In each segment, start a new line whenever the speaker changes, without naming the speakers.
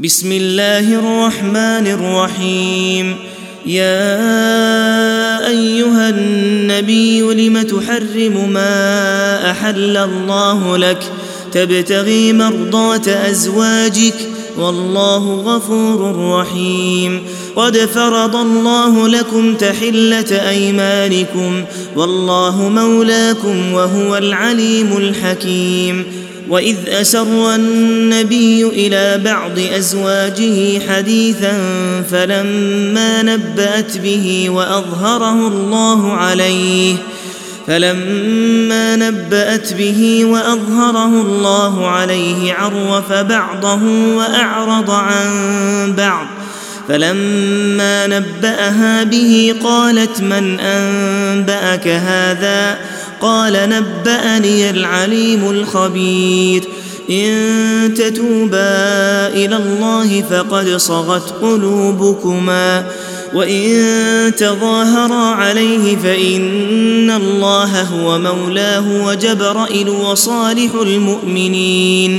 بسم الله الرحمن الرحيم. يا أيها النبي لم تحرم ما أحل الله لك تبتغي مرضات أزواجك والله غفور رحيم. قد فرض الله لكم تحلة أيمانكم والله مولاكم وهو العليم الحكيم. وإذ أسر النبي إلى بعض أزواجه حديثا فلما نبأت به وأظهره الله عليه عرف بعضه وأعرض عن بعض. فلما نبأها به قالت من أنبأك هذا؟ قال نبأني العليم الخبير. إن تتوبا إلى الله فقد صغت قلوبكما وإن تظاهرا عليه فإن الله هو مولاه وجبرائيل وصالح المؤمنين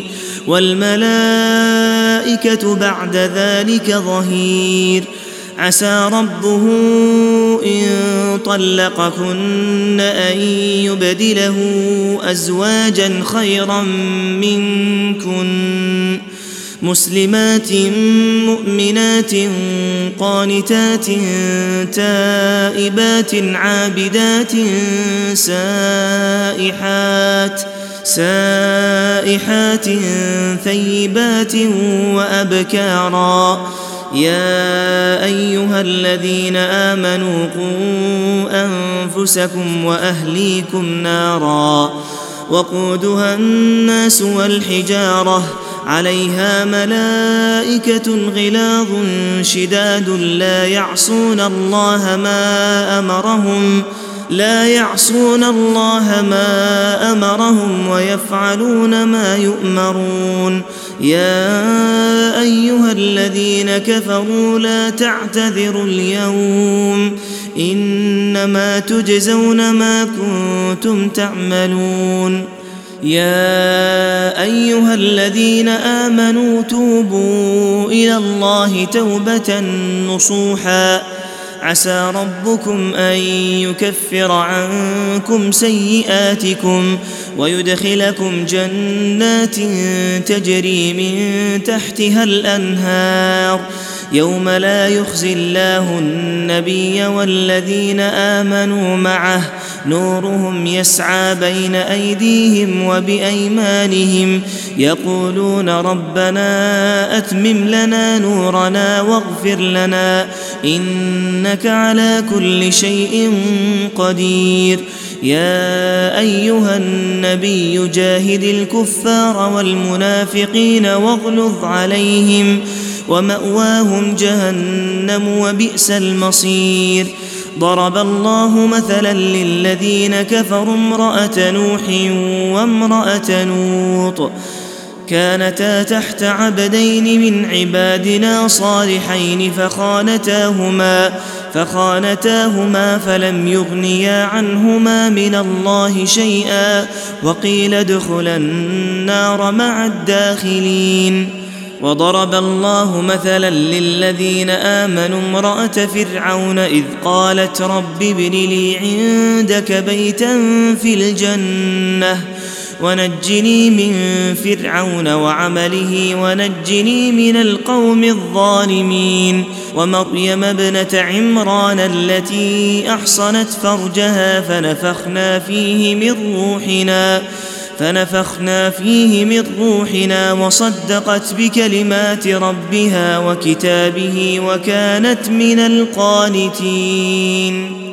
والملائكة بعد ذلك ظهير. عسى ربه إن طلقكن أن يبدله أزواجا خيرا منكن مسلمات مؤمنات قانتات تائبات عابدات سائحات ثيبات وأبكارا. يا أيها الذين آمنوا قوا أنفسكم وأهليكم نارا وقودها الناس والحجارة عليها ملائكة غلاظ شداد لا يعصون الله ما أمرهم ويفعلون ما يؤمرون. يا أيها الذين كفروا لا تعتذروا اليوم إنما تجزون ما كنتم تعملون. يا أيها الذين آمنوا توبوا إلى الله توبة نصوحا عسى ربكم أن يكفر عنكم سيئاتكم ويدخلكم جنات تجري من تحتها الأنهار يوم لا يخزي الله النبي والذين آمنوا معه نورهم يسعى بين أيديهم وبأيمانهم يقولون ربنا أتمم لنا نورنا واغفر لنا إنك على كل شيء قدير. يا أيها النبي جاهد الكفار والمنافقين واغلظ عليهم ومأواهم جهنم وبئس المصير. ضرب الله مثلا للذين كفروا امرأة نوح وامرأة لوط كانتا تحت عبدين من عبادنا صالحين فخانتاهما فلم يغنيا عنهما من الله شيئا وقيل ادخلا النار مع الداخلين. وضرب الله مثلا للذين آمنوا امرأة فرعون إذ قالت رب ابن لي عندك بيتا في الجنة ونجني من فرعون وعمله ونجني من القوم الظالمين. ومريم ابنة عمران التي أحصنت فرجها فنفخنا فيه من روحنا وصدقت بكلمات ربها وكتابه وكانت من القانتين.